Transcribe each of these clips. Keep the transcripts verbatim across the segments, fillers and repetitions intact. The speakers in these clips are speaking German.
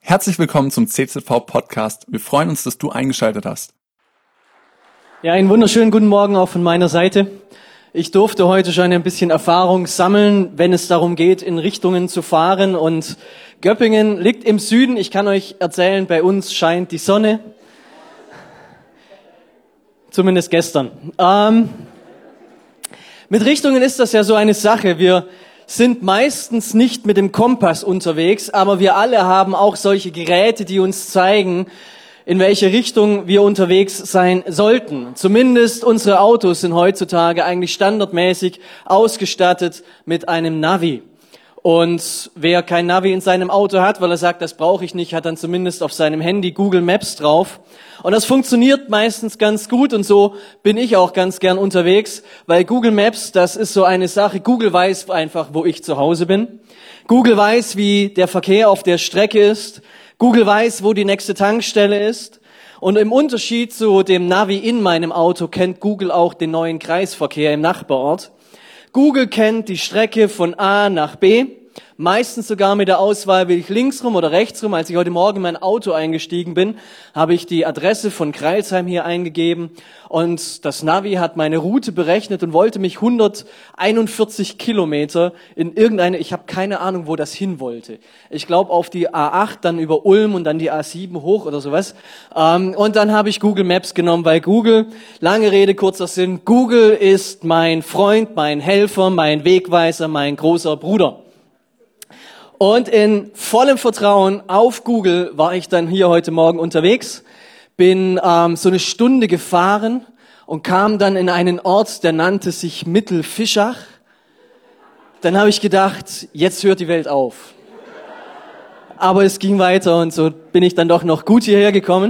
Herzlich willkommen zum C Z V-Podcast. Wir freuen uns, dass du eingeschaltet hast. Ja, einen wunderschönen guten Morgen auch von meiner Seite. Ich durfte heute schon ein bisschen Erfahrung sammeln, wenn es darum geht, in Richtungen zu fahren. Und Göppingen liegt im Süden. Ich kann euch erzählen, bei uns scheint die Sonne. Zumindest gestern. Ähm, mit Richtungen ist das ja so eine Sache. Wir sind meistens nicht mit dem Kompass unterwegs, aber wir alle haben auch solche Geräte, die uns zeigen, in welche Richtung wir unterwegs sein sollten. Zumindest unsere Autos sind heutzutage eigentlich standardmäßig ausgestattet mit einem Navi. Und wer kein Navi in seinem Auto hat, weil er sagt, das brauche ich nicht, hat dann zumindest auf seinem Handy Google Maps drauf. Und das funktioniert meistens ganz gut und so bin ich auch ganz gern unterwegs, weil Google Maps, das ist so eine Sache, Google weiß einfach, wo ich zu Hause bin. Google weiß, wie der Verkehr auf der Strecke ist. Google weiß, wo die nächste Tankstelle ist. Und im Unterschied zu dem Navi in meinem Auto kennt Google auch den neuen Kreisverkehr im Nachbarort. Google kennt die Strecke von A nach B, meistens sogar mit der Auswahl, will ich links rum oder rechts rum. Als ich heute Morgen in mein Auto eingestiegen bin, habe ich die Adresse von Crailsheim hier eingegeben und das Navi hat meine Route berechnet und wollte mich hunderteinundvierzig Kilometer in irgendeine, ich habe keine Ahnung, wo das hin wollte. Ich glaube auf die A acht, dann über Ulm und dann die A sieben hoch oder sowas. Und dann habe ich Google Maps genommen, weil Google, lange Rede, kurzer Sinn, Google ist mein Freund, mein Helfer, mein Wegweiser, mein großer Bruder. Und in vollem Vertrauen auf Google war ich dann hier heute Morgen unterwegs, bin ähm, so eine Stunde gefahren und kam dann in einen Ort, der nannte sich Mittelfischach. Dann habe ich gedacht, jetzt hört die Welt auf. Aber es ging weiter und so bin ich dann doch noch gut hierher gekommen.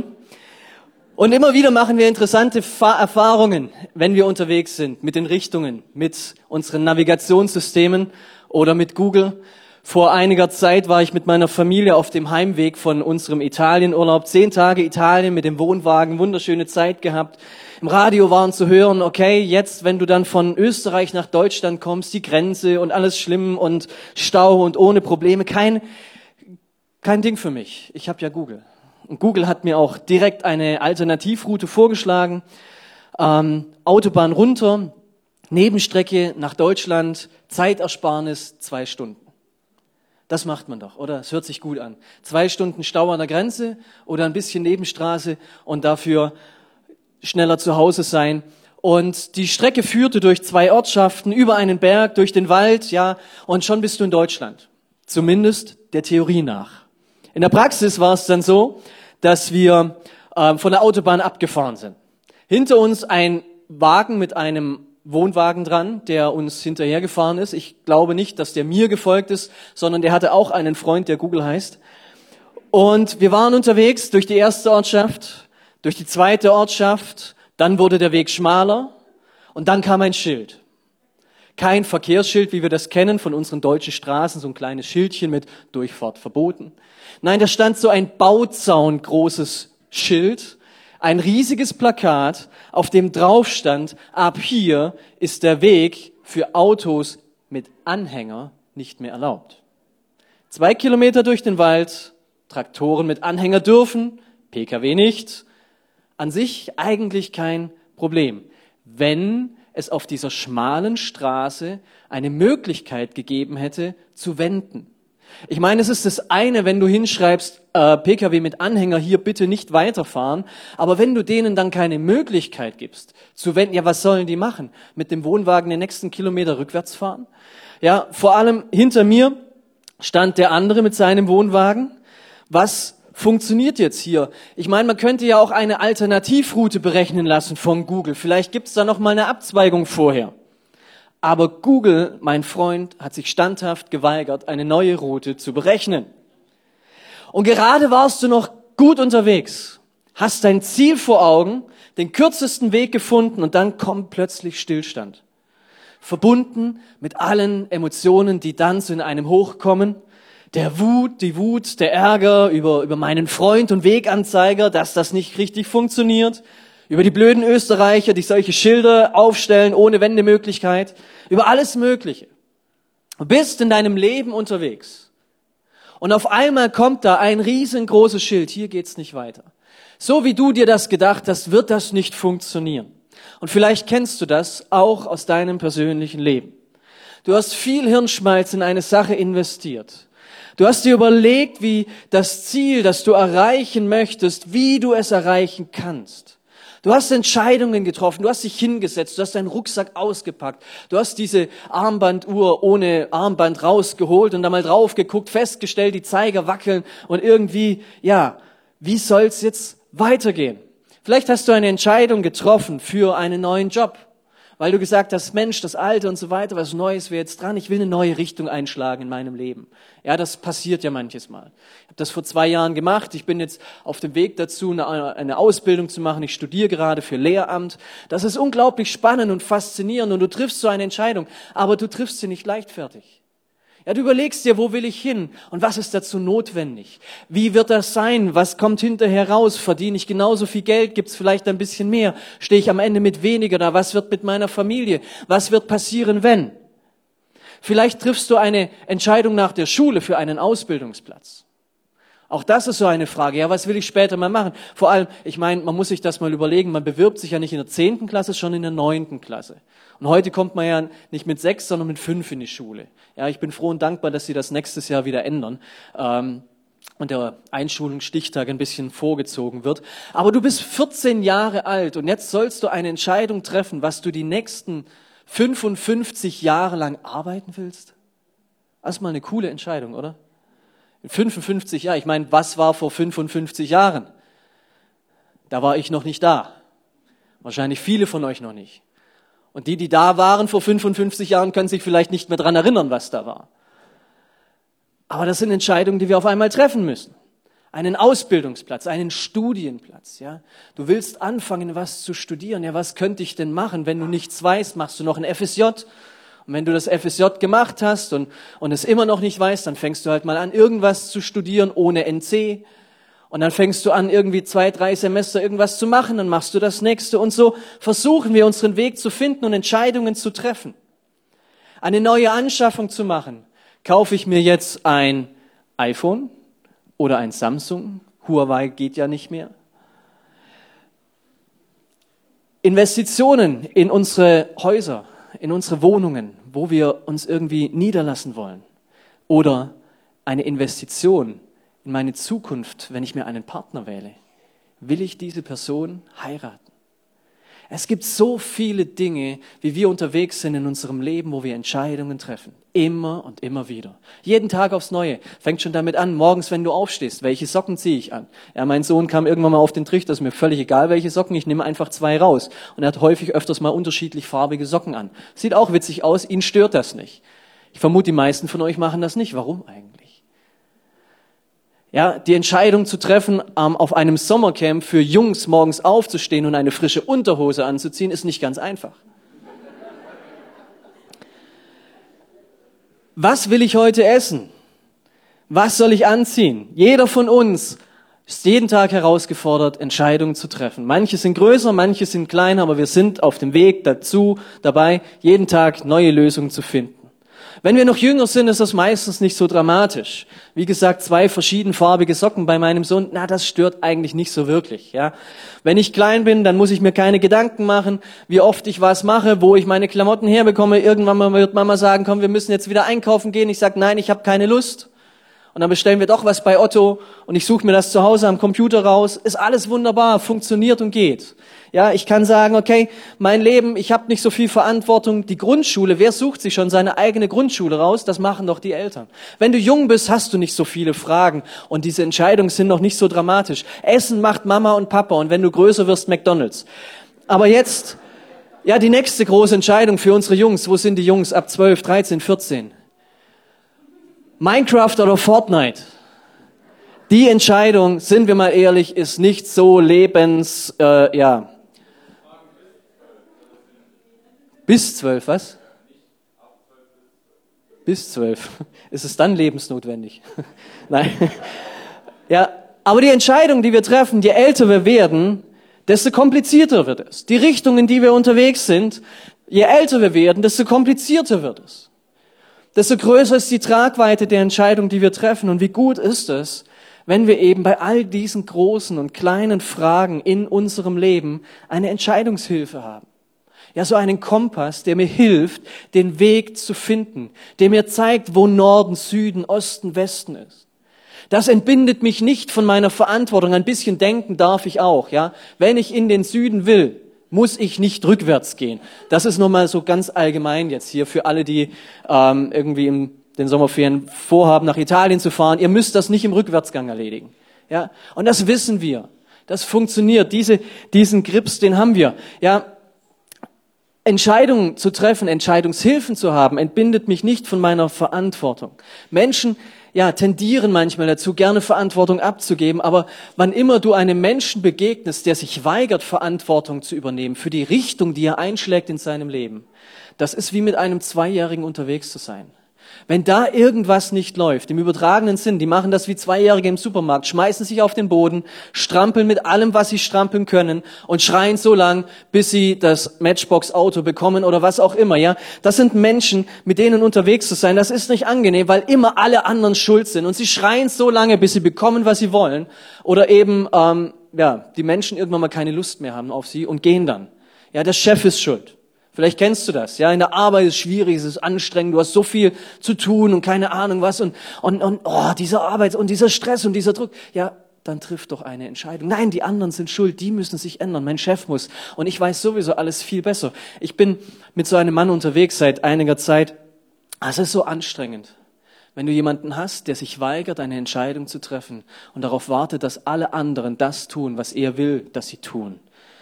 Und immer wieder machen wir interessante Fa- Erfahrungen, wenn wir unterwegs sind, mit den Richtungen, mit unseren Navigationssystemen oder mit Google. Vor einiger Zeit war ich mit meiner Familie auf dem Heimweg von unserem Italienurlaub. Zehn Tage Italien mit dem Wohnwagen, wunderschöne Zeit gehabt. Im Radio waren zu hören, okay, jetzt, wenn du dann von Österreich nach Deutschland kommst, die Grenze und alles schlimm und Stau und ohne Probleme. Kein, kein Ding für mich. Ich habe ja Google. Und Google hat mir auch direkt eine Alternativroute vorgeschlagen. Ähm, Autobahn runter, Nebenstrecke nach Deutschland, Zeitersparnis zwei Stunden. Das macht man doch, oder? Es hört sich gut an. Zwei Stunden Stau an der Grenze oder ein bisschen Nebenstraße und dafür schneller zu Hause sein. Und die Strecke führte durch zwei Ortschaften, über einen Berg, durch den Wald, ja, und schon bist du in Deutschland. Zumindest der Theorie nach. In der Praxis war es dann so, dass wir äh, von der Autobahn abgefahren sind. Hinter uns ein Wagen mit einem Wohnwagen dran, der uns hinterhergefahren ist. Ich glaube nicht, dass der mir gefolgt ist, sondern der hatte auch einen Freund, der Google heißt. Und wir waren unterwegs durch die erste Ortschaft, durch die zweite Ortschaft, dann wurde der Weg schmaler und dann kam ein Schild. Kein Verkehrsschild, wie wir das kennen von unseren deutschen Straßen, so ein kleines Schildchen mit Durchfahrt verboten. Nein, da stand so ein Bauzaun großes Schild, ein riesiges Plakat, auf dem drauf stand, ab hier ist der Weg für Autos mit Anhänger nicht mehr erlaubt. Zwei Kilometer durch den Wald, Traktoren mit Anhänger dürfen, P K W nicht. An sich eigentlich kein Problem, wenn es auf dieser schmalen Straße eine Möglichkeit gegeben hätte, zu wenden. Ich meine, es ist das eine, wenn du hinschreibst, äh, P K W mit Anhänger hier bitte nicht weiterfahren, aber wenn du denen dann keine Möglichkeit gibst, zu wenden, ja, was sollen die machen? Mit dem Wohnwagen den nächsten Kilometer rückwärts fahren? Ja, vor allem hinter mir stand der andere mit seinem Wohnwagen. Was funktioniert jetzt hier? Ich meine, man könnte ja auch eine Alternativroute berechnen lassen von Google. Vielleicht gibt es da noch mal eine Abzweigung vorher. Aber Google, mein Freund, hat sich standhaft geweigert, eine neue Route zu berechnen. Und gerade warst du noch gut unterwegs, hast dein Ziel vor Augen, den kürzesten Weg gefunden und dann kommt plötzlich Stillstand. Verbunden mit allen Emotionen, die dann so in einem hochkommen. Der Wut, die Wut, der Ärger über, über meinen Freund und Weganzeiger, dass das nicht richtig funktioniert. Über die blöden Österreicher, die solche Schilder aufstellen ohne Wendemöglichkeit. Über alles Mögliche. Du bist in deinem Leben unterwegs. Und auf einmal kommt da ein riesengroßes Schild, hier geht's nicht weiter. So wie du dir das gedacht hast, wird das nicht funktionieren. Und vielleicht kennst du das auch aus deinem persönlichen Leben. Du hast viel Hirnschmalz in eine Sache investiert. Du hast dir überlegt, wie das Ziel, das du erreichen möchtest, wie du es erreichen kannst. Du hast Entscheidungen getroffen, du hast dich hingesetzt, du hast deinen Rucksack ausgepackt, du hast diese Armbanduhr ohne Armband rausgeholt und da mal drauf geguckt, festgestellt, die Zeiger wackeln und irgendwie, ja, wie soll's jetzt weitergehen? Vielleicht hast du eine Entscheidung getroffen für einen neuen Job, weil du gesagt hast, Mensch, das Alte und so weiter, was Neues wäre jetzt dran, ich will eine neue Richtung einschlagen in meinem Leben. Ja, das passiert ja manches Mal. Ich habe das vor zwei Jahren gemacht, ich bin jetzt auf dem Weg dazu, eine, eine Ausbildung zu machen, ich studiere gerade für Lehramt. Das ist unglaublich spannend und faszinierend und du triffst so eine Entscheidung, aber du triffst sie nicht leichtfertig. Ja, du überlegst dir, wo will ich hin und was ist dazu notwendig? Wie wird das sein? Was kommt hinterher raus? Verdiene ich genauso viel Geld? Gibt es vielleicht ein bisschen mehr? Stehe ich am Ende mit weniger da? Was wird mit meiner Familie? Was wird passieren, wenn? Vielleicht triffst du eine Entscheidung nach der Schule für einen Ausbildungsplatz. Auch das ist so eine Frage. Ja, was will ich später mal machen? Vor allem, ich meine, man muss sich das mal überlegen, man bewirbt sich ja nicht in der zehnten Klasse, schon in der neunten Klasse. Und heute kommt man ja nicht mit sechs, sondern mit fünf in die Schule. Ja, ich bin froh und dankbar, dass sie das nächstes Jahr wieder ändern. Ähm, und der Einschulungsstichtag ein bisschen vorgezogen wird. Aber du bist vierzehn Jahre alt und jetzt sollst du eine Entscheidung treffen, was du die nächsten fünfundfünfzig Jahre lang arbeiten willst. Erstmal eine coole Entscheidung, oder? fünfundfünfzig Jahre, ich meine, was war vor fünfundfünfzig Jahren? Da war ich noch nicht da. Wahrscheinlich viele von euch noch nicht. Und die, die da waren vor fünfundfünfzig Jahren, können sich vielleicht nicht mehr dran erinnern, was da war. Aber das sind Entscheidungen, die wir auf einmal treffen müssen. Einen Ausbildungsplatz, einen Studienplatz, ja. Du willst anfangen, was zu studieren. Ja, was könnte ich denn machen? Wenn du nichts weißt, machst du noch ein F S J. Und wenn du das F S J gemacht hast und, und es immer noch nicht weißt, dann fängst du halt mal an, irgendwas zu studieren ohne N C. Und dann fängst du an, irgendwie zwei, drei Semester irgendwas zu machen, dann machst du das nächste. Und so versuchen wir, unseren Weg zu finden und Entscheidungen zu treffen. Eine neue Anschaffung zu machen. Kaufe ich mir jetzt ein iPhone oder ein Samsung? Huawei geht ja nicht mehr. Investitionen in unsere Häuser, in unsere Wohnungen, wo wir uns irgendwie niederlassen wollen. Oder eine Investition in meine Zukunft, wenn ich mir einen Partner wähle. Will ich diese Person heiraten? Es gibt so viele Dinge, wie wir unterwegs sind in unserem Leben, wo wir Entscheidungen treffen. Immer und immer wieder. Jeden Tag aufs Neue. Fängt schon damit an, morgens, wenn du aufstehst, welche Socken ziehe ich an? Ja, mein Sohn kam irgendwann mal auf den Trichter, das ist mir völlig egal, welche Socken, ich nehme einfach zwei raus. Und er hat häufig öfters mal unterschiedlich farbige Socken an. Sieht auch witzig aus, ihn stört das nicht. Ich vermute, die meisten von euch machen das nicht. Warum eigentlich? Ja, die Entscheidung zu treffen, ähm, auf einem Sommercamp für Jungs morgens aufzustehen und eine frische Unterhose anzuziehen, ist nicht ganz einfach. Was will ich heute essen? Was soll ich anziehen? Jeder von uns ist jeden Tag herausgefordert, Entscheidungen zu treffen. Manche sind größer, manche sind kleiner, aber wir sind auf dem Weg dazu, dabei, jeden Tag neue Lösungen zu finden. Wenn wir noch jünger sind, ist das meistens nicht so dramatisch. Wie gesagt, zwei verschiedenfarbige Socken bei meinem Sohn, na, das stört eigentlich nicht so wirklich, ja. Wenn ich klein bin, dann muss ich mir keine Gedanken machen, wie oft ich was mache, wo ich meine Klamotten herbekomme. Irgendwann mal wird Mama sagen, komm, wir müssen jetzt wieder einkaufen gehen. Ich sage, nein, ich habe keine Lust. Und dann bestellen wir doch was bei Otto und ich suche mir das zu Hause am Computer raus. Ist alles wunderbar, funktioniert und geht. Ja, ich kann sagen, okay, mein Leben, ich habe nicht so viel Verantwortung. Die Grundschule, wer sucht sich schon seine eigene Grundschule raus? Das machen doch die Eltern. Wenn du jung bist, hast du nicht so viele Fragen und diese Entscheidungen sind noch nicht so dramatisch. Essen macht Mama und Papa und wenn du größer wirst, McDonald's. Aber jetzt, ja, die nächste große Entscheidung für unsere Jungs. Wo sind die Jungs ab zwölf, dreizehn, vierzehn? Minecraft oder Fortnite? Die Entscheidung, sind wir mal ehrlich, ist nicht so lebens, äh, ja. Bis zwölf, was? Bis zwölf. Ist es dann lebensnotwendig? Nein. Ja, aber die Entscheidung, die wir treffen, je älter wir werden, desto komplizierter wird es. Die Richtung, in die wir unterwegs sind, je älter wir werden, desto komplizierter wird es. desto größer ist die Tragweite der Entscheidung, die wir treffen. Und wie gut ist es, wenn wir eben bei all diesen großen und kleinen Fragen in unserem Leben eine Entscheidungshilfe haben. Ja, so einen Kompass, der mir hilft, den Weg zu finden, der mir zeigt, wo Norden, Süden, Osten, Westen ist. Das entbindet mich nicht von meiner Verantwortung. Ein bisschen denken darf ich auch, ja. Wenn ich in den Süden will, muss ich nicht rückwärts gehen. Das ist nochmal so ganz allgemein jetzt hier für alle, die ähm, irgendwie im den Sommerferien vorhaben, nach Italien zu fahren. Ihr müsst das nicht im Rückwärtsgang erledigen. Ja, und das wissen wir. Das funktioniert. Diese, diesen Grips, den haben wir. Ja, Entscheidungen zu treffen, Entscheidungshilfen zu haben, entbindet mich nicht von meiner Verantwortung. Menschen, ja, tendieren manchmal dazu, gerne Verantwortung abzugeben, aber wann immer du einem Menschen begegnest, der sich weigert, Verantwortung zu übernehmen für die Richtung, die er einschlägt in seinem Leben, das ist wie mit einem Zweijährigen unterwegs zu sein. Wenn da irgendwas nicht läuft, im übertragenen Sinn, die machen das wie Zweijährige im Supermarkt, schmeißen sich auf den Boden, strampeln mit allem, was sie strampeln können und schreien so lang, bis sie das Matchbox-Auto bekommen oder was auch immer, ja. Das sind Menschen, mit denen unterwegs zu sein, das ist nicht angenehm, weil immer alle anderen schuld sind und sie schreien so lange, bis sie bekommen, was sie wollen oder eben, ähm, ja, die Menschen irgendwann mal keine Lust mehr haben auf sie und gehen dann. Ja, der Chef ist schuld. Vielleicht kennst du das, ja, in der Arbeit ist es schwierig, es ist anstrengend, du hast so viel zu tun und keine Ahnung was und, und, und, oh, diese Arbeit und dieser Stress und dieser Druck, ja, dann trifft doch eine Entscheidung. Nein, die anderen sind schuld, die müssen sich ändern, mein Chef muss und ich weiß sowieso alles viel besser. Ich bin mit so einem Mann unterwegs seit einiger Zeit, es ist so anstrengend, wenn du jemanden hast, der sich weigert, eine Entscheidung zu treffen und darauf wartet, dass alle anderen das tun, was er will, dass sie tun.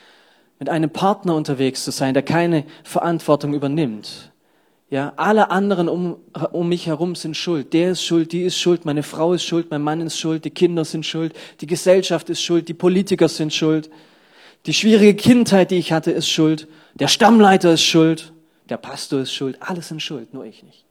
Mit einem Partner unterwegs zu sein, der keine Verantwortung übernimmt. Ja, alle anderen um, um mich herum sind schuld. Der ist schuld, die ist schuld, meine Frau ist schuld, mein Mann ist schuld, die Kinder sind schuld, die Gesellschaft ist schuld, die Politiker sind schuld, die schwierige Kindheit, die ich hatte, ist schuld, der Stammleiter ist schuld, der Pastor ist schuld, alle sind schuld, nur ich nicht.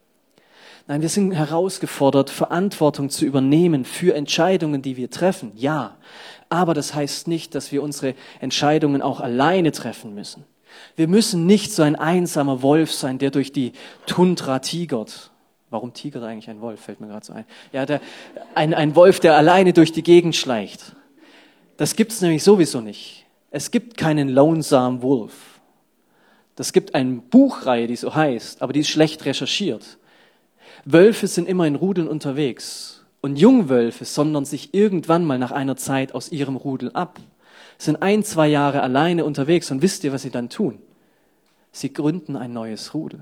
Nein, wir sind herausgefordert, Verantwortung zu übernehmen für Entscheidungen, die wir treffen, ja. Aber das heißt nicht, dass wir unsere Entscheidungen auch alleine treffen müssen. Wir müssen nicht so ein einsamer Wolf sein, der durch die Tundra tigert. Warum tigert eigentlich ein Wolf, fällt mir gerade so ein. Ja, der, ein, ein Wolf, der alleine durch die Gegend schleicht. Das gibt's nämlich sowieso nicht. Es gibt keinen Lonesome Wolf. Das gibt eine Buchreihe, die so heißt, aber die ist schlecht recherchiert. Wölfe sind immer in Rudeln unterwegs. Und Jungwölfe sondern sich irgendwann mal nach einer Zeit aus ihrem Rudel ab, sind ein, zwei Jahre alleine unterwegs und wisst ihr, was sie dann tun? Sie gründen ein neues Rudel.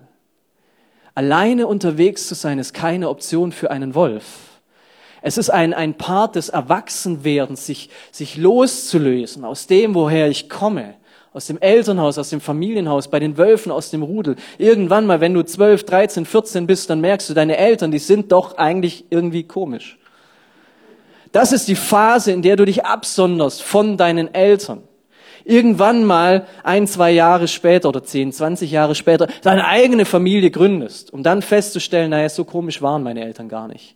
Alleine unterwegs zu sein, ist keine Option für einen Wolf. Es ist ein, ein Part des Erwachsenwerdens, sich, sich loszulösen aus dem, woher ich komme. Aus dem Elternhaus, aus dem Familienhaus, bei den Wölfen aus dem Rudel. Irgendwann mal, wenn du zwölf, dreizehn, vierzehn bist, dann merkst du, deine Eltern, die sind doch eigentlich irgendwie komisch. Das ist die Phase, in der du dich absonderst von deinen Eltern. Irgendwann mal, ein, zwei Jahre später oder zehn, zwanzig Jahre später, deine eigene Familie gründest, um dann festzustellen, naja, so komisch waren meine Eltern gar nicht.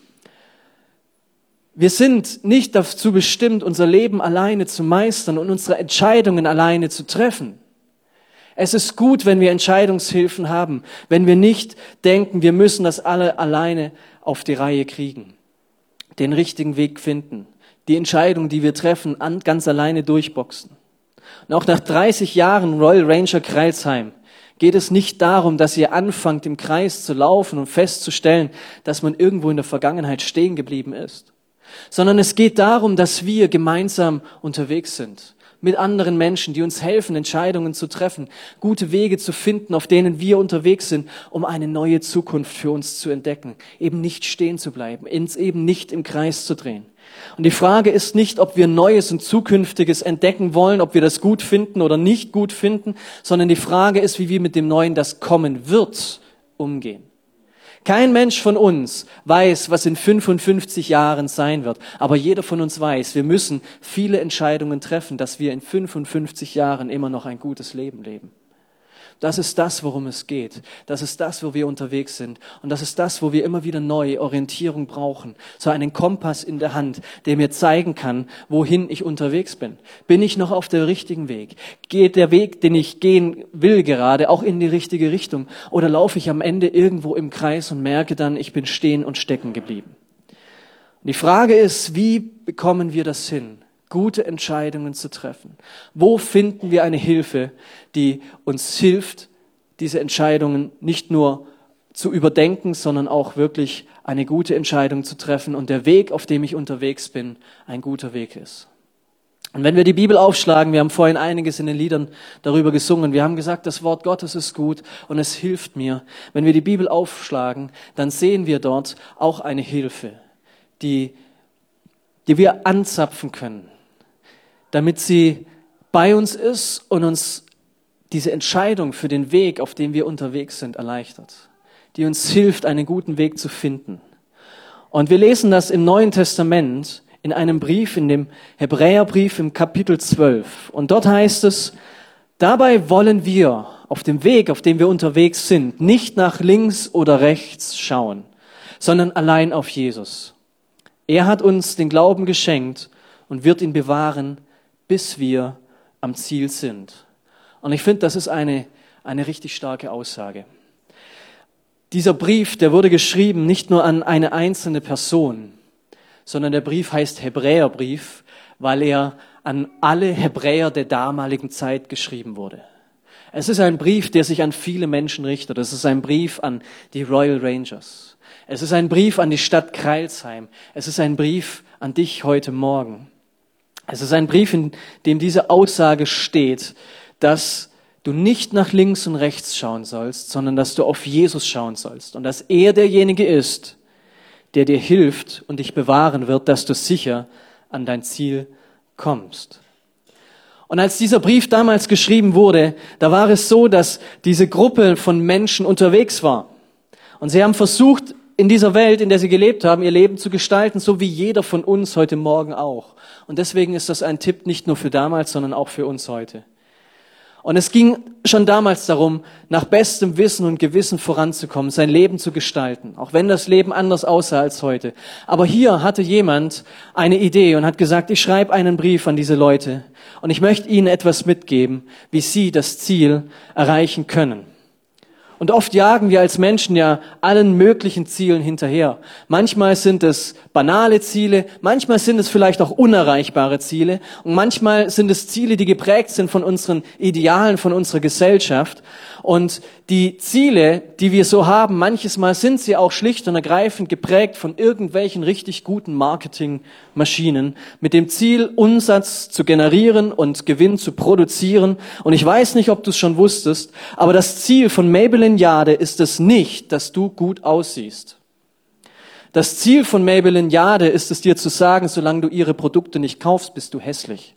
Wir sind nicht dazu bestimmt, unser Leben alleine zu meistern und unsere Entscheidungen alleine zu treffen. Es ist gut, wenn wir Entscheidungshilfen haben, wenn wir nicht denken, wir müssen das alle alleine auf die Reihe kriegen, den richtigen Weg finden, die Entscheidung, die wir treffen, ganz alleine durchboxen. Und auch nach dreißig Jahren Royal Ranger Crailsheim geht es nicht darum, dass ihr anfangt, im Kreis zu laufen und festzustellen, dass man irgendwo in der Vergangenheit stehen geblieben ist. Sondern es geht darum, dass wir gemeinsam unterwegs sind, mit anderen Menschen, die uns helfen, Entscheidungen zu treffen, gute Wege zu finden, auf denen wir unterwegs sind, um eine neue Zukunft für uns zu entdecken, eben nicht stehen zu bleiben, uns eben nicht im Kreis zu drehen. Und die Frage ist nicht, ob wir Neues und Zukünftiges entdecken wollen, ob wir das gut finden oder nicht gut finden, sondern die Frage ist, wie wir mit dem Neuen, das kommen wird, umgehen. Kein Mensch von uns weiß, was in fünfundfünfzig Jahren sein wird. Aber jeder von uns weiß, wir müssen viele Entscheidungen treffen, dass wir in fünfundfünfzig Jahren immer noch ein gutes Leben leben. Das ist das, worum es geht. Das ist das, wo wir unterwegs sind. Und das ist das, wo wir immer wieder neue Orientierung brauchen. So einen Kompass in der Hand, der mir zeigen kann, wohin ich unterwegs bin. Bin ich noch auf dem richtigen Weg? Geht der Weg, den ich gehen will gerade, auch in die richtige Richtung? Oder laufe ich am Ende irgendwo im Kreis und merke dann, ich bin stehen und stecken geblieben? Und die Frage ist, wie bekommen wir das hin, gute Entscheidungen zu treffen? Wo finden wir eine Hilfe, die uns hilft, diese Entscheidungen nicht nur zu überdenken, sondern auch wirklich eine gute Entscheidung zu treffen und der Weg, auf dem ich unterwegs bin, ein guter Weg ist? Und wenn wir die Bibel aufschlagen, wir haben vorhin einiges in den Liedern darüber gesungen, wir haben gesagt, das Wort Gottes ist gut und es hilft mir. Wenn wir die Bibel aufschlagen, dann sehen wir dort auch eine Hilfe, die, die wir anzapfen können, damit sie bei uns ist und uns diese Entscheidung für den Weg, auf dem wir unterwegs sind, erleichtert, die uns hilft, einen guten Weg zu finden. Und wir lesen das im Neuen Testament in einem Brief, in dem Hebräerbrief im Kapitel zwölf. Und dort heißt es, dabei wollen wir auf dem Weg, auf dem wir unterwegs sind, nicht nach links oder rechts schauen, sondern allein auf Jesus. Er hat uns den Glauben geschenkt und wird ihn bewahren, bis wir am Ziel sind. Und ich finde, das ist eine, eine richtig starke Aussage. Dieser Brief, der wurde geschrieben nicht nur an eine einzelne Person, sondern der Brief heißt Hebräerbrief, weil er an alle Hebräer der damaligen Zeit geschrieben wurde. Es ist ein Brief, der sich an viele Menschen richtet. Es ist ein Brief an die Royal Rangers. Es ist ein Brief an die Stadt Crailsheim. Es ist ein Brief an dich heute Morgen. Es ist ein Brief, in dem diese Aussage steht, dass du nicht nach links und rechts schauen sollst, sondern dass du auf Jesus schauen sollst und dass er derjenige ist, der dir hilft und dich bewahren wird, dass du sicher an dein Ziel kommst. Und als dieser Brief damals geschrieben wurde, da war es so, dass diese Gruppe von Menschen unterwegs war. Und sie haben versucht, in dieser Welt, in der sie gelebt haben, ihr Leben zu gestalten, so wie jeder von uns heute Morgen auch. Und deswegen ist das ein Tipp nicht nur für damals, sondern auch für uns heute. Und es ging schon damals darum, nach bestem Wissen und Gewissen voranzukommen, sein Leben zu gestalten, auch wenn das Leben anders aussah als heute. Aber hier hatte jemand eine Idee und hat gesagt, ich schreibe einen Brief an diese Leute und ich möchte ihnen etwas mitgeben, wie sie das Ziel erreichen können. Und oft jagen wir als Menschen ja allen möglichen Zielen hinterher. Manchmal sind es banale Ziele, manchmal sind es vielleicht auch unerreichbare Ziele und manchmal sind es Ziele, die geprägt sind von unseren Idealen, von unserer Gesellschaft. Und die Ziele, die wir so haben, manches Mal sind sie auch schlicht und ergreifend geprägt von irgendwelchen richtig guten Marketingmaschinen mit dem Ziel, Umsatz zu generieren und Gewinn zu produzieren. Und ich weiß nicht, ob du es schon wusstest, aber das Ziel von Maybelline Jade ist es nicht, dass du gut aussiehst. Das Ziel von Maybelline Jade ist es dir zu sagen, solange du ihre Produkte nicht kaufst, bist du hässlich.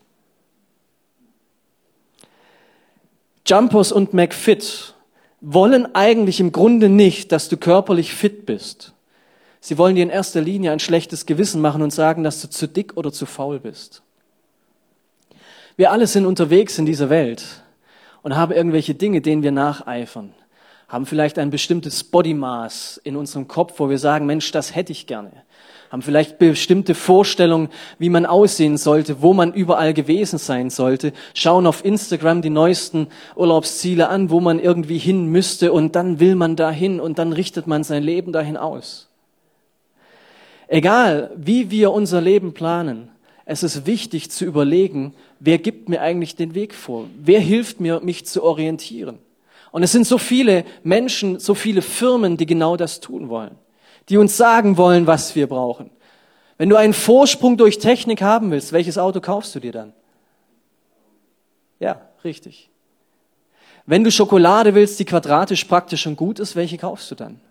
Jumpers und McFit wollen eigentlich im Grunde nicht, dass du körperlich fit bist. Sie wollen dir in erster Linie ein schlechtes Gewissen machen und sagen, dass du zu dick oder zu faul bist. Wir alle sind unterwegs in dieser Welt und haben irgendwelche Dinge, denen wir nacheifern. Haben vielleicht ein bestimmtes Bodymaß in unserem Kopf, wo wir sagen, Mensch, das hätte ich gerne. Haben vielleicht bestimmte Vorstellungen, wie man aussehen sollte, wo man überall gewesen sein sollte, schauen auf Instagram die neuesten Urlaubsziele an, wo man irgendwie hin müsste und dann will man dahin und dann richtet man sein Leben dahin aus. Egal, wie wir unser Leben planen, es ist wichtig zu überlegen, wer gibt mir eigentlich den Weg vor? Wer hilft mir, mich zu orientieren? Und es sind so viele Menschen, so viele Firmen, die genau das tun wollen, die uns sagen wollen, was wir brauchen. Wenn du einen Vorsprung durch Technik haben willst, welches Auto kaufst du dir dann? Ja, richtig. Wenn du Schokolade willst, die quadratisch praktisch und gut ist, welche kaufst du dann?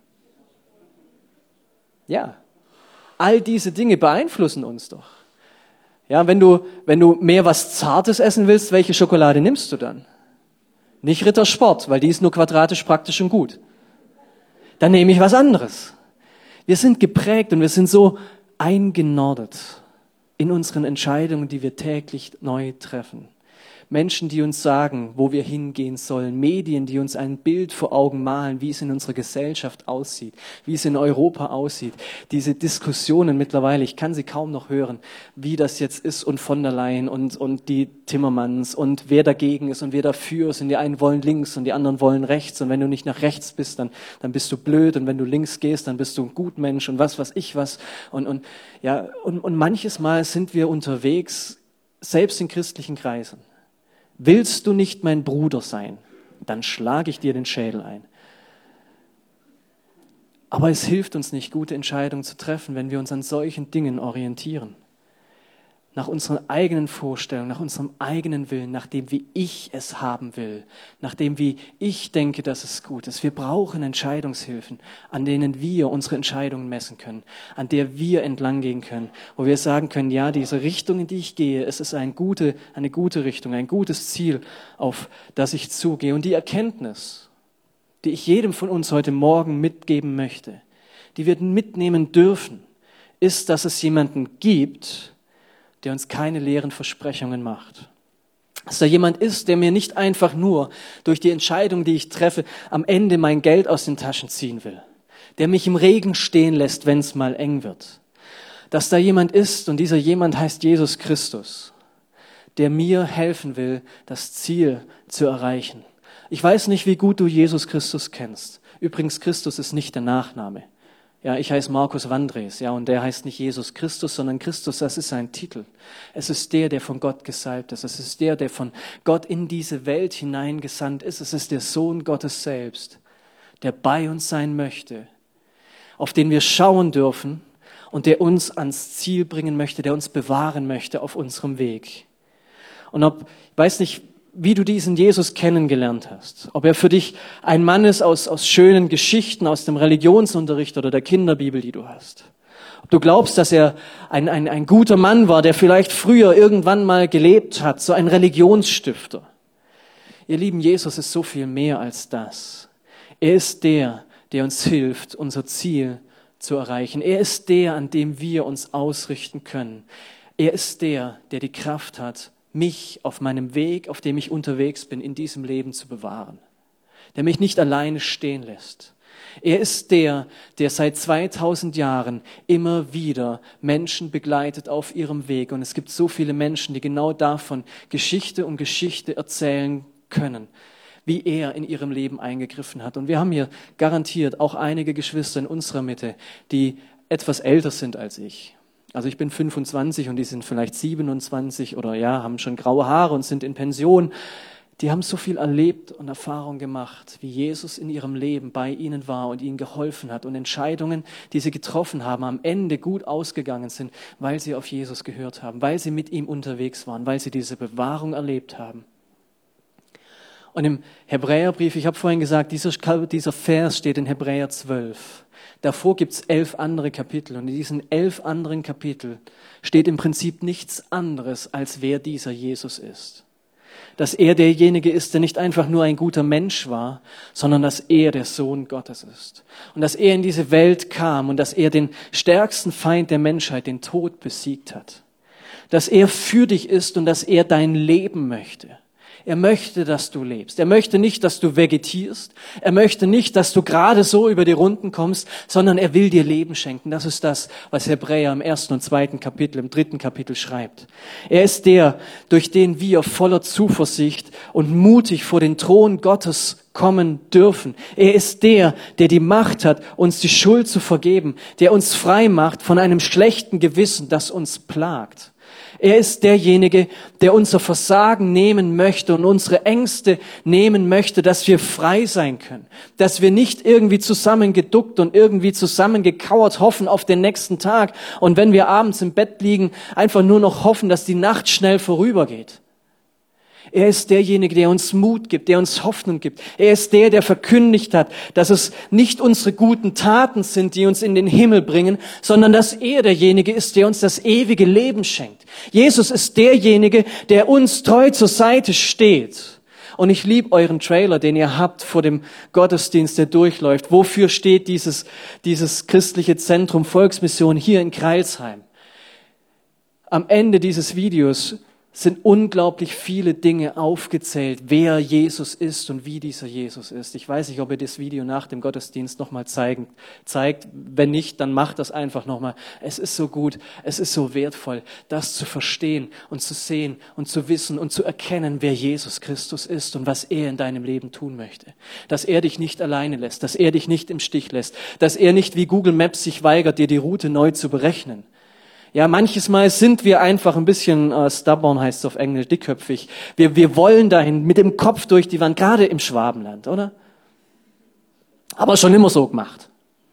Ja, all diese Dinge beeinflussen uns doch. Ja, wenn du, wenn du mehr was Zartes essen willst, welche Schokolade nimmst du dann? Nicht Rittersport, weil die ist nur quadratisch praktisch und gut. Dann nehme ich was anderes. Wir sind geprägt und wir sind so eingenordet in unseren Entscheidungen, die wir täglich neu treffen. Menschen, die uns sagen, wo wir hingehen sollen, Medien, die uns ein Bild vor Augen malen, wie es in unserer Gesellschaft aussieht, wie es in Europa aussieht. Diese Diskussionen mittlerweile, ich kann sie kaum noch hören, wie das jetzt ist und von der Leyen und, und die Timmermans und wer dagegen ist und wer dafür ist und die einen wollen links und die anderen wollen rechts und wenn du nicht nach rechts bist, dann, dann bist du blöd und wenn du links gehst, dann bist du ein Gutmensch und was weiß ich was und, und, ja, und, und manches Mal sind wir unterwegs, selbst in christlichen Kreisen. Willst du nicht mein Bruder sein, dann schlage ich dir den Schädel ein. Aber es hilft uns nicht, gute Entscheidungen zu treffen, wenn wir uns an solchen Dingen orientieren. Nach unseren eigenen Vorstellungen, nach unserem eigenen Willen, nach dem, wie ich es haben will, nach dem, wie ich denke, dass es gut ist. Wir brauchen Entscheidungshilfen, an denen wir unsere Entscheidungen messen können, an der wir entlang gehen können, wo wir sagen können, ja, diese Richtung, in die ich gehe, es ist eine gute, eine gute Richtung, ein gutes Ziel, auf das ich zugehe. Und die Erkenntnis, die ich jedem von uns heute Morgen mitgeben möchte, die wir mitnehmen dürfen, ist, dass es jemanden gibt, der uns keine leeren Versprechungen macht. Dass da jemand ist, der mir nicht einfach nur durch die Entscheidung, die ich treffe, am Ende mein Geld aus den Taschen ziehen will. Der mich im Regen stehen lässt, wenn es mal eng wird. Dass da jemand ist, und dieser jemand heißt Jesus Christus, der mir helfen will, das Ziel zu erreichen. Ich weiß nicht, wie gut du Jesus Christus kennst. Übrigens, Christus ist nicht der Nachname. Ja, ich heiße Markus Wandres, ja, und der heißt nicht Jesus Christus, sondern Christus, das ist sein Titel. Es ist der, der von Gott gesalbt ist. Es ist der, der von Gott in diese Welt hineingesandt ist. Es ist der Sohn Gottes selbst, der bei uns sein möchte, auf den wir schauen dürfen und der uns ans Ziel bringen möchte, der uns bewahren möchte auf unserem Weg. Und ob, ich weiß nicht, wie du diesen Jesus kennengelernt hast. Ob er für dich ein Mann ist aus, aus schönen Geschichten, aus dem Religionsunterricht oder der Kinderbibel, die du hast. Ob du glaubst, dass er ein, ein, ein guter Mann war, der vielleicht früher irgendwann mal gelebt hat, so ein Religionsstifter. Ihr Lieben, Jesus ist so viel mehr als das. Er ist der, der uns hilft, unser Ziel zu erreichen. Er ist der, an dem wir uns ausrichten können. Er ist der, der die Kraft hat, mich auf meinem Weg, auf dem ich unterwegs bin, in diesem Leben zu bewahren. Der mich nicht alleine stehen lässt. Er ist der, der seit zweitausend Jahren immer wieder Menschen begleitet auf ihrem Weg. Und es gibt so viele Menschen, die genau davon Geschichte um Geschichte erzählen können, wie er in ihrem Leben eingegriffen hat. Und wir haben hier garantiert auch einige Geschwister in unserer Mitte, die etwas älter sind als ich. Also ich bin fünfundzwanzig und die sind vielleicht siebenundzwanzig oder ja, haben schon graue Haare und sind in Pension. Die haben so viel erlebt und Erfahrung gemacht, wie Jesus in ihrem Leben bei ihnen war und ihnen geholfen hat und Entscheidungen, die sie getroffen haben, am Ende gut ausgegangen sind, weil sie auf Jesus gehört haben, weil sie mit ihm unterwegs waren, weil sie diese Bewahrung erlebt haben. Und im Hebräerbrief, ich habe vorhin gesagt, dieser, dieser Vers steht in Hebräer zwölf. Davor gibt's elf andere Kapitel und in diesen elf anderen Kapiteln steht im Prinzip nichts anderes, als wer dieser Jesus ist. Dass er derjenige ist, der nicht einfach nur ein guter Mensch war, sondern dass er der Sohn Gottes ist. Und dass er in diese Welt kam und dass er den stärksten Feind der Menschheit, den Tod, besiegt hat. Dass er für dich ist und dass er dein Leben möchte. Er möchte, dass du lebst. Er möchte nicht, dass du vegetierst. Er möchte nicht, dass du gerade so über die Runden kommst, sondern er will dir Leben schenken. Das ist das, was Hebräer im ersten und zweiten Kapitel, im dritten Kapitel schreibt. Er ist der, durch den wir voller Zuversicht und mutig vor den Thron Gottes kommen dürfen. Er ist der, der die Macht hat, uns die Schuld zu vergeben, der uns frei macht von einem schlechten Gewissen, das uns plagt. Er ist derjenige, der unser Versagen nehmen möchte und unsere Ängste nehmen möchte, dass wir frei sein können. Dass wir nicht irgendwie zusammengeduckt und irgendwie zusammengekauert hoffen auf den nächsten Tag und wenn wir abends im Bett liegen, einfach nur noch hoffen, dass die Nacht schnell vorübergeht. Er ist derjenige, der uns Mut gibt, der uns Hoffnung gibt. Er ist der, der verkündigt hat, dass es nicht unsere guten Taten sind, die uns in den Himmel bringen, sondern dass er derjenige ist, der uns das ewige Leben schenkt. Jesus ist derjenige, der uns treu zur Seite steht. Und ich liebe euren Trailer, den ihr habt vor dem Gottesdienst, der durchläuft. Wofür steht dieses, dieses christliche Zentrum Volksmission hier in Crailsheim? Am Ende dieses Videos sind unglaublich viele Dinge aufgezählt, wer Jesus ist und wie dieser Jesus ist. Ich weiß nicht, ob ihr das Video nach dem Gottesdienst nochmal zeigen, zeigt. Wenn nicht, dann macht das einfach nochmal. Es ist so gut, es ist so wertvoll, das zu verstehen und zu sehen und zu wissen und zu erkennen, wer Jesus Christus ist und was er in deinem Leben tun möchte. Dass er dich nicht alleine lässt, dass er dich nicht im Stich lässt, dass er nicht wie Google Maps sich weigert, dir die Route neu zu berechnen. Ja, manches Mal sind wir einfach ein bisschen uh, stubborn, heißt es auf Englisch, dickköpfig. Wir, wir wollen dahin mit dem Kopf durch die Wand, gerade im Schwabenland, oder? Aber schon immer so gemacht.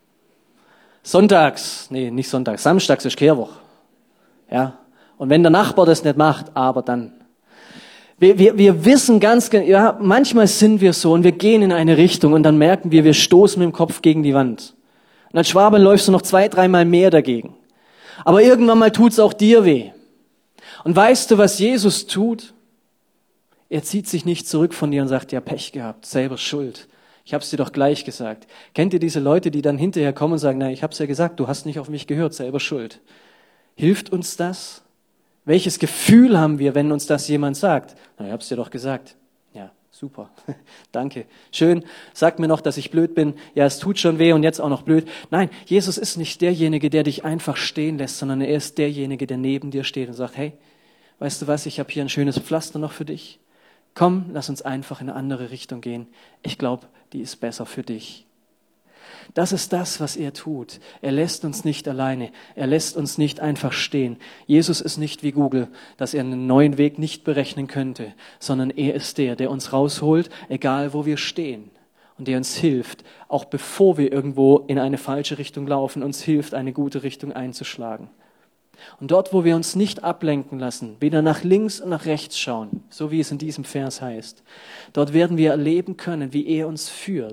Sonntags, nee, nicht sonntags, samstags ist Kehrwoche. Ja, und wenn der Nachbar das nicht macht, aber dann. Wir, wir, wir wissen ganz genau, ja, manchmal sind wir so und wir gehen in eine Richtung und dann merken wir, wir stoßen mit dem Kopf gegen die Wand. Und als Schwabe läufst du noch zwei, dreimal mehr dagegen. Aber irgendwann mal tut's auch dir weh. Und weißt du, was Jesus tut? Er zieht sich nicht zurück von dir und sagt, ja, Pech gehabt, selber schuld. Ich hab's dir doch gleich gesagt. Kennt ihr diese Leute, die dann hinterher kommen und sagen, na, ich hab's ja gesagt, du hast nicht auf mich gehört, selber schuld. Hilft uns das? Welches Gefühl haben wir, wenn uns das jemand sagt? Na, ich hab's dir doch gesagt. Ja, super. Danke. Schön. Sag mir noch, dass ich blöd bin. Ja, es tut schon weh und jetzt auch noch blöd. Nein, Jesus ist nicht derjenige, der dich einfach stehen lässt, sondern er ist derjenige, der neben dir steht und sagt, hey, weißt du was, ich habe hier ein schönes Pflaster noch für dich. Komm, lass uns einfach in eine andere Richtung gehen. Ich glaube, die ist besser für dich. Das ist das, was er tut. Er lässt uns nicht alleine. Er lässt uns nicht einfach stehen. Jesus ist nicht wie Google, dass er einen neuen Weg nicht berechnen könnte, sondern er ist der, der uns rausholt, egal wo wir stehen. Und der uns hilft, auch bevor wir irgendwo in eine falsche Richtung laufen, uns hilft, eine gute Richtung einzuschlagen. Und dort, wo wir uns nicht ablenken lassen, weder nach links und nach rechts schauen, so wie es in diesem Vers heißt, dort werden wir erleben können, wie er uns führt.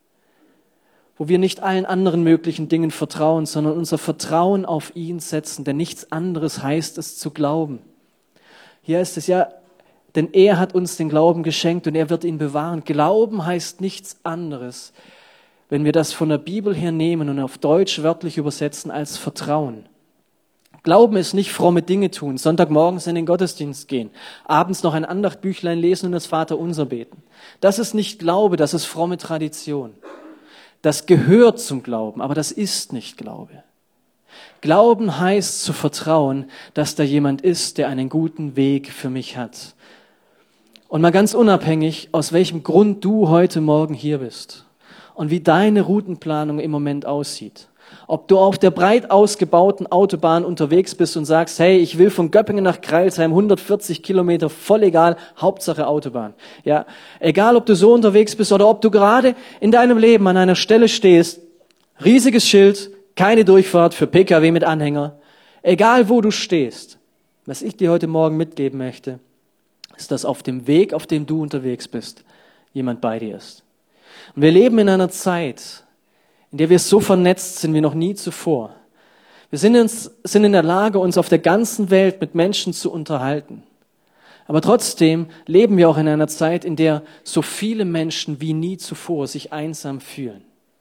Wo wir nicht allen anderen möglichen Dingen vertrauen, sondern unser Vertrauen auf ihn setzen, denn nichts anderes heißt es zu glauben. Hier ist es ja, denn er hat uns den Glauben geschenkt und er wird ihn bewahren. Glauben heißt nichts anderes, wenn wir das von der Bibel her nehmen und auf Deutsch wörtlich übersetzen, als Vertrauen. Glauben ist nicht fromme Dinge tun, Sonntagmorgens in den Gottesdienst gehen, abends noch ein Andachtbüchlein lesen und das Vaterunser beten. Das ist nicht Glaube, das ist fromme Tradition. Das gehört zum Glauben, aber das ist nicht Glaube. Glauben heißt zu vertrauen, dass da jemand ist, der einen guten Weg für mich hat. Und mal ganz unabhängig, aus welchem Grund du heute Morgen hier bist und wie deine Routenplanung im Moment aussieht. Ob du auf der breit ausgebauten Autobahn unterwegs bist und sagst, hey, ich will von Göppingen nach Crailsheim hundertvierzig Kilometer, voll egal, Hauptsache Autobahn. Ja, egal, ob du so unterwegs bist oder ob du gerade in deinem Leben an einer Stelle stehst, riesiges Schild, keine Durchfahrt für P K W mit Anhänger. Egal, wo du stehst, was ich dir heute Morgen mitgeben möchte, ist, dass auf dem Weg, auf dem du unterwegs bist, jemand bei dir ist. Und wir leben in einer Zeit, in der wir so vernetzt sind wie noch nie zuvor. Wir sind, uns, sind in der Lage, uns auf der ganzen Welt mit Menschen zu unterhalten. Aber trotzdem leben wir auch in einer Zeit, in der so viele Menschen wie nie zuvor sich einsam fühlen.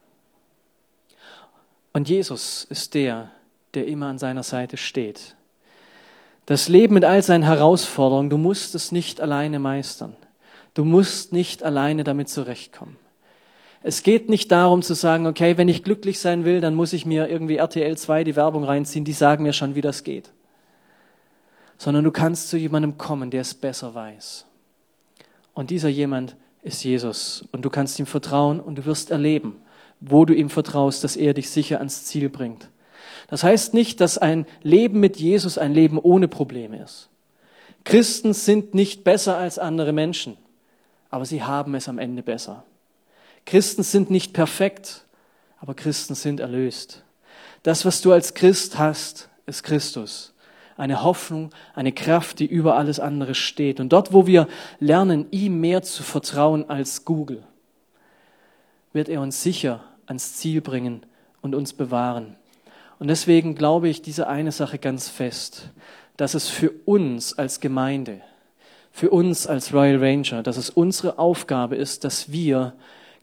Und Jesus ist der, der immer an seiner Seite steht. Das Leben mit all seinen Herausforderungen, du musst es nicht alleine meistern. Du musst nicht alleine damit zurechtkommen. Es geht nicht darum zu sagen, okay, wenn ich glücklich sein will, dann muss ich mir irgendwie R T L zwei die Werbung reinziehen, die sagen mir schon, wie das geht. Sondern du kannst zu jemandem kommen, der es besser weiß. Und dieser jemand ist Jesus. Und du kannst ihm vertrauen und du wirst erleben, wo du ihm vertraust, dass er dich sicher ans Ziel bringt. Das heißt nicht, dass ein Leben mit Jesus ein Leben ohne Probleme ist. Christen sind nicht besser als andere Menschen, aber sie haben es am Ende besser. Christen sind nicht perfekt, aber Christen sind erlöst. Das, was du als Christ hast, ist Christus. Eine Hoffnung, eine Kraft, die über alles andere steht. Und dort, wo wir lernen, ihm mehr zu vertrauen als Google, wird er uns sicher ans Ziel bringen und uns bewahren. Und deswegen glaube ich diese eine Sache ganz fest, dass es für uns als Gemeinde, für uns als Royal Ranger, dass es unsere Aufgabe ist, dass wir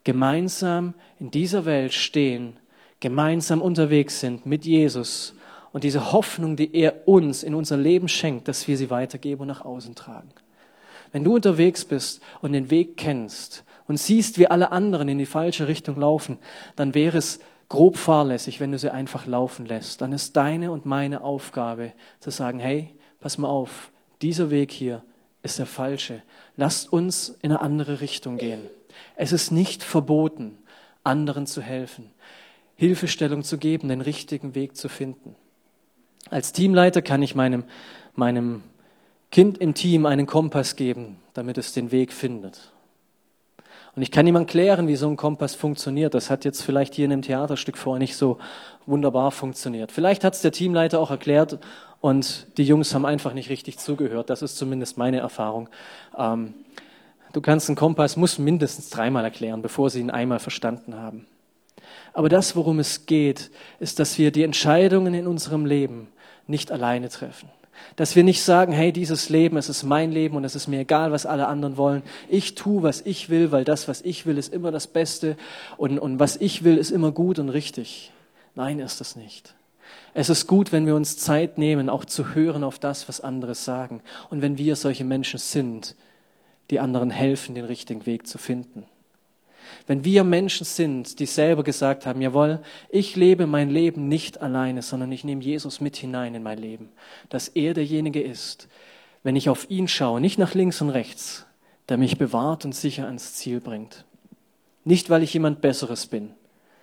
gemeinsam in dieser Welt stehen, gemeinsam unterwegs sind mit Jesus und diese Hoffnung, die er uns in unser Leben schenkt, dass wir sie weitergeben und nach außen tragen. Wenn du unterwegs bist und den Weg kennst und siehst, wie alle anderen in die falsche Richtung laufen, dann wäre es grob fahrlässig, wenn du sie einfach laufen lässt. Dann ist deine und meine Aufgabe zu sagen, hey, pass mal auf, dieser Weg hier ist der falsche. Lasst uns in eine andere Richtung gehen. Es ist nicht verboten, anderen zu helfen, Hilfestellung zu geben, den richtigen Weg zu finden. Als Teamleiter kann ich meinem, meinem Kind im Team einen Kompass geben, damit es den Weg findet. Und ich kann niemand klären, wie so ein Kompass funktioniert. Das hat jetzt vielleicht hier in einem Theaterstück vorher nicht so wunderbar funktioniert. Vielleicht hat es der Teamleiter auch erklärt und die Jungs haben einfach nicht richtig zugehört. Das ist zumindest meine Erfahrung. Ähm, du kannst einen Kompass, musst mindestens dreimal erklären, bevor sie ihn einmal verstanden haben. Aber das, worum es geht, ist, dass wir die Entscheidungen in unserem Leben nicht alleine treffen. Dass wir nicht sagen, hey, dieses Leben, es ist mein Leben und es ist mir egal, was alle anderen wollen. Ich tue, was ich will, weil das, was ich will, ist immer das Beste und, und was ich will, ist immer gut und richtig. Nein, ist das nicht. Es ist gut, wenn wir uns Zeit nehmen, auch zu hören auf das, was andere sagen. Und wenn wir solche Menschen sind, die anderen helfen, den richtigen Weg zu finden. Wenn wir Menschen sind, die selber gesagt haben, jawohl, ich lebe mein Leben nicht alleine, sondern ich nehme Jesus mit hinein in mein Leben, dass er derjenige ist, wenn ich auf ihn schaue, nicht nach links und rechts, der mich bewahrt und sicher ans Ziel bringt. Nicht, weil ich jemand Besseres bin,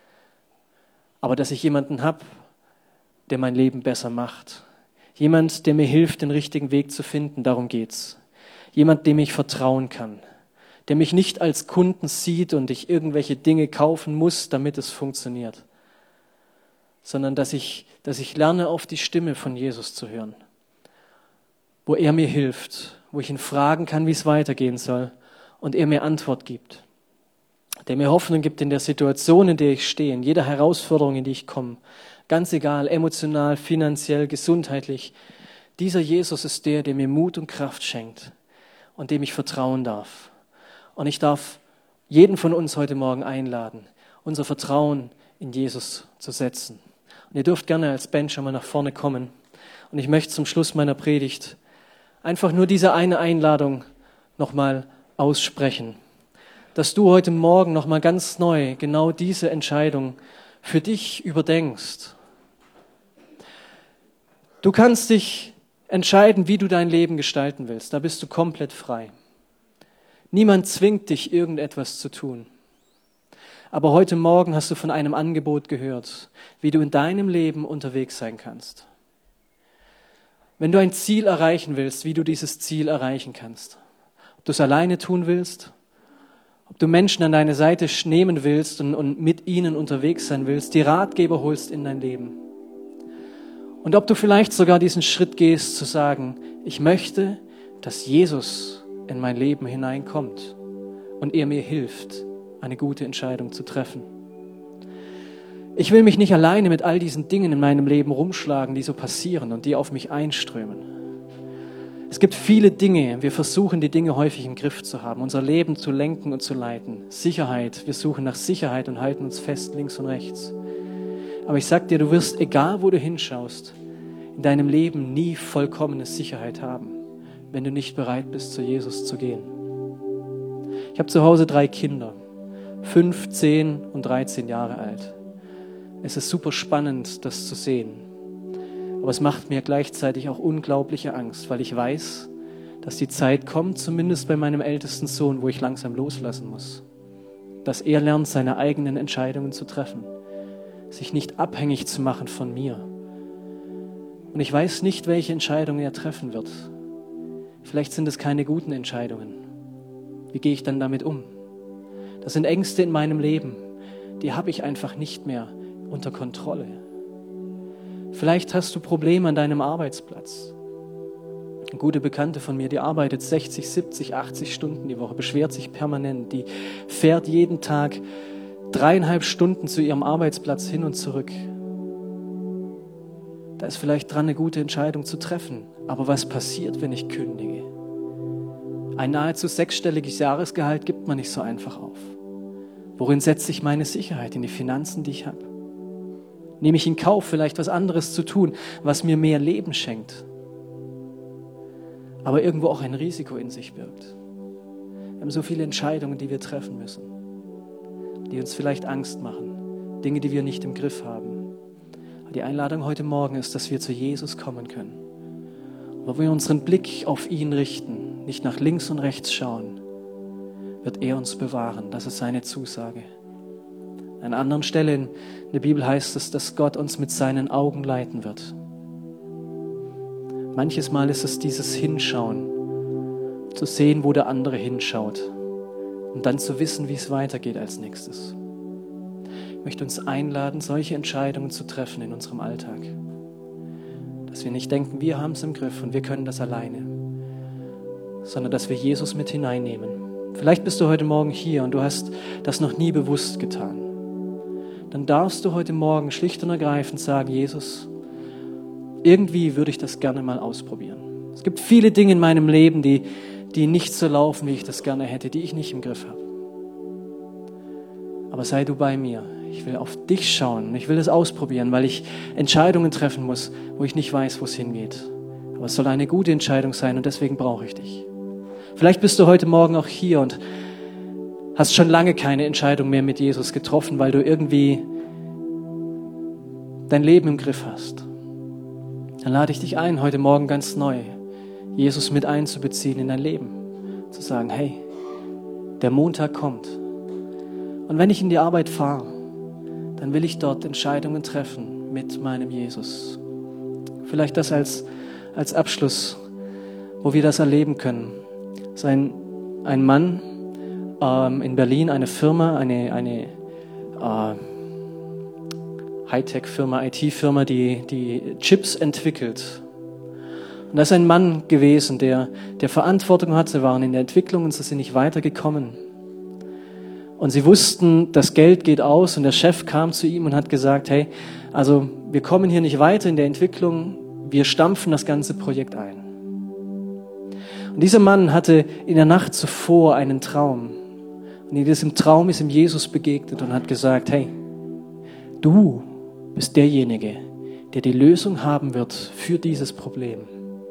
aber dass ich jemanden habe, der mein Leben besser macht. Jemand, der mir hilft, den richtigen Weg zu finden, darum geht's. Jemand, dem ich vertrauen kann. Der mich nicht als Kunden sieht und ich irgendwelche Dinge kaufen muss, damit es funktioniert, sondern dass ich, dass ich lerne, auf die Stimme von Jesus zu hören, wo er mir hilft, wo ich ihn fragen kann, wie es weitergehen soll und er mir Antwort gibt, der mir Hoffnung gibt in der Situation, in der ich stehe, in jeder Herausforderung, in die ich komme, ganz egal, emotional, finanziell, gesundheitlich. Dieser Jesus ist der, der mir Mut und Kraft schenkt und dem ich vertrauen darf. Und ich darf jeden von uns heute Morgen einladen, unser Vertrauen in Jesus zu setzen. Und ihr dürft gerne als Band schon mal nach vorne kommen. Und ich möchte zum Schluss meiner Predigt einfach nur diese eine Einladung nochmal aussprechen, dass du heute Morgen nochmal ganz neu genau diese Entscheidung für dich überdenkst. Du kannst dich entscheiden, wie du dein Leben gestalten willst. Da bist du komplett frei. Niemand zwingt dich, irgendetwas zu tun. Aber heute Morgen hast du von einem Angebot gehört, wie du in deinem Leben unterwegs sein kannst. Wenn du ein Ziel erreichen willst, wie du dieses Ziel erreichen kannst. Ob du es alleine tun willst, ob du Menschen an deine Seite nehmen willst und, und mit ihnen unterwegs sein willst, die Ratgeber holst in dein Leben. Und ob du vielleicht sogar diesen Schritt gehst, zu sagen, ich möchte, dass Jesus in mein Leben hineinkommt und er mir hilft, eine gute Entscheidung zu treffen. Ich will mich nicht alleine mit all diesen Dingen in meinem Leben rumschlagen, die so passieren und die auf mich einströmen. Es gibt viele Dinge, wir versuchen die Dinge häufig im Griff zu haben, unser Leben zu lenken und zu leiten. Sicherheit, wir suchen nach Sicherheit und halten uns fest links und rechts. Aber ich sag dir, du wirst, egal wo du hinschaust, in deinem Leben nie vollkommene Sicherheit haben, wenn du nicht bereit bist, zu Jesus zu gehen. Ich habe zu Hause drei Kinder, fünf, zehn und dreizehn Jahre alt. Es ist super spannend, das zu sehen. Aber es macht mir gleichzeitig auch unglaubliche Angst, weil ich weiß, dass die Zeit kommt, zumindest bei meinem ältesten Sohn, wo ich langsam loslassen muss. Dass er lernt, seine eigenen Entscheidungen zu treffen, sich nicht abhängig zu machen von mir. Und ich weiß nicht, welche Entscheidungen er treffen wird. Vielleicht sind es keine guten Entscheidungen. Wie gehe ich dann damit um? Das sind Ängste in meinem Leben, die habe ich einfach nicht mehr unter Kontrolle. Vielleicht hast du Probleme an deinem Arbeitsplatz. Eine gute Bekannte von mir, die arbeitet sechzig, siebzig, achtzig Stunden die Woche, beschwert sich permanent. Die fährt jeden Tag dreieinhalb Stunden zu ihrem Arbeitsplatz hin und zurück. Da ist vielleicht dran, eine gute Entscheidung zu treffen. Aber was passiert, wenn ich kündige? Ein nahezu sechsstelliges Jahresgehalt gibt man nicht so einfach auf. Worin setze ich meine Sicherheit? In die Finanzen, die ich habe? Nehme ich in Kauf, vielleicht was anderes zu tun, was mir mehr Leben schenkt, aber irgendwo auch ein Risiko in sich birgt? Wir haben so viele Entscheidungen, die wir treffen müssen, die uns vielleicht Angst machen, Dinge, die wir nicht im Griff haben. Aber die Einladung heute Morgen ist, dass wir zu Jesus kommen können, wo wir unseren Blick auf ihn richten, nicht nach links und rechts schauen, wird er uns bewahren. Das ist seine Zusage. An einer anderen Stelle in der Bibel heißt es, dass Gott uns mit seinen Augen leiten wird. Manches Mal ist es dieses Hinschauen, zu sehen, wo der andere hinschaut und dann zu wissen, wie es weitergeht als nächstes. Ich möchte uns einladen, solche Entscheidungen zu treffen in unserem Alltag. Dass wir nicht denken, wir haben es im Griff und wir können das alleine, sondern dass wir Jesus mit hineinnehmen. Vielleicht bist du heute Morgen hier und du hast das noch nie bewusst getan. Dann darfst du heute Morgen schlicht und ergreifend sagen, Jesus, irgendwie würde ich das gerne mal ausprobieren. Es gibt viele Dinge in meinem Leben, die, die nicht so laufen, wie ich das gerne hätte, die ich nicht im Griff habe. Aber sei du bei mir. Ich will auf dich schauen und ich will es ausprobieren, weil ich Entscheidungen treffen muss, wo ich nicht weiß, wo es hingeht. Aber es soll eine gute Entscheidung sein und deswegen brauche ich dich. Vielleicht bist du heute Morgen auch hier und hast schon lange keine Entscheidung mehr mit Jesus getroffen, weil du irgendwie dein Leben im Griff hast. Dann lade ich dich ein, heute Morgen ganz neu Jesus mit einzubeziehen in dein Leben. Zu sagen, hey, der Montag kommt. Und wenn ich in die Arbeit fahre, dann will ich dort Entscheidungen treffen mit meinem Jesus. Vielleicht das als, als Abschluss, wo wir das erleben können. Sein, ein Mann ähm, in Berlin, eine Firma, eine, eine äh, Hightech-Firma, I T-Firma, die, die Chips entwickelt. Und da ist ein Mann gewesen, der, der Verantwortung hatte. Sie waren in der Entwicklung und sie sind nicht weitergekommen. Und sie wussten, das Geld geht aus und der Chef kam zu ihm und hat gesagt, hey, also wir kommen hier nicht weiter in der Entwicklung, wir stampfen das ganze Projekt ein. Und dieser Mann hatte in der Nacht zuvor einen Traum. Und in diesem Traum ist ihm Jesus begegnet und hat gesagt, hey, du bist derjenige, der die Lösung haben wird für dieses Problem.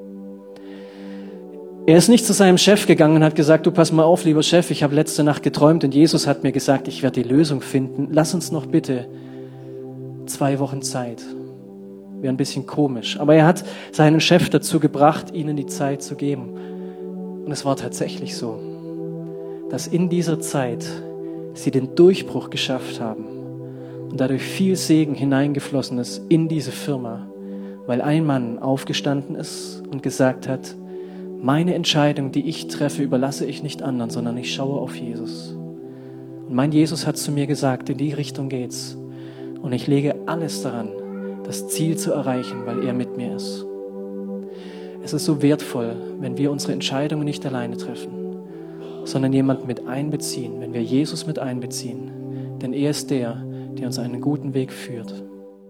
Er ist nicht zu seinem Chef gegangen und hat gesagt, du pass mal auf, lieber Chef, ich habe letzte Nacht geträumt und Jesus hat mir gesagt, ich werde die Lösung finden. Lass uns noch bitte zwei Wochen Zeit. Wäre ein bisschen komisch. Aber er hat seinen Chef dazu gebracht, ihnen die Zeit zu geben. Und es war tatsächlich so, dass in dieser Zeit sie den Durchbruch geschafft haben und dadurch viel Segen hineingeflossen ist in diese Firma, weil ein Mann aufgestanden ist und gesagt hat, meine Entscheidung, die ich treffe, überlasse ich nicht anderen, sondern ich schaue auf Jesus. Und mein Jesus hat zu mir gesagt, in die Richtung geht's. Und ich lege alles daran, das Ziel zu erreichen, weil er mit mir ist. Es ist so wertvoll, wenn wir unsere Entscheidungen nicht alleine treffen, sondern jemanden mit einbeziehen, wenn wir Jesus mit einbeziehen. Denn er ist der, der uns einen guten Weg führt.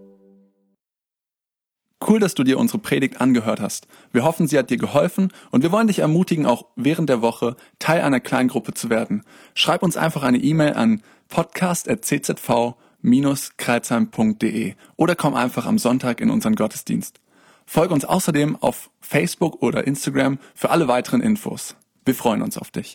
Cool, dass du dir unsere Predigt angehört hast. Wir hoffen, sie hat dir geholfen und wir wollen dich ermutigen, auch während der Woche Teil einer Kleingruppe zu werden. Schreib uns einfach eine E-Mail an podcast at c z v dash kreilsheim punkt d e oder komm einfach am Sonntag in unseren Gottesdienst. Folge uns außerdem auf Facebook oder Instagram für alle weiteren Infos. Wir freuen uns auf dich.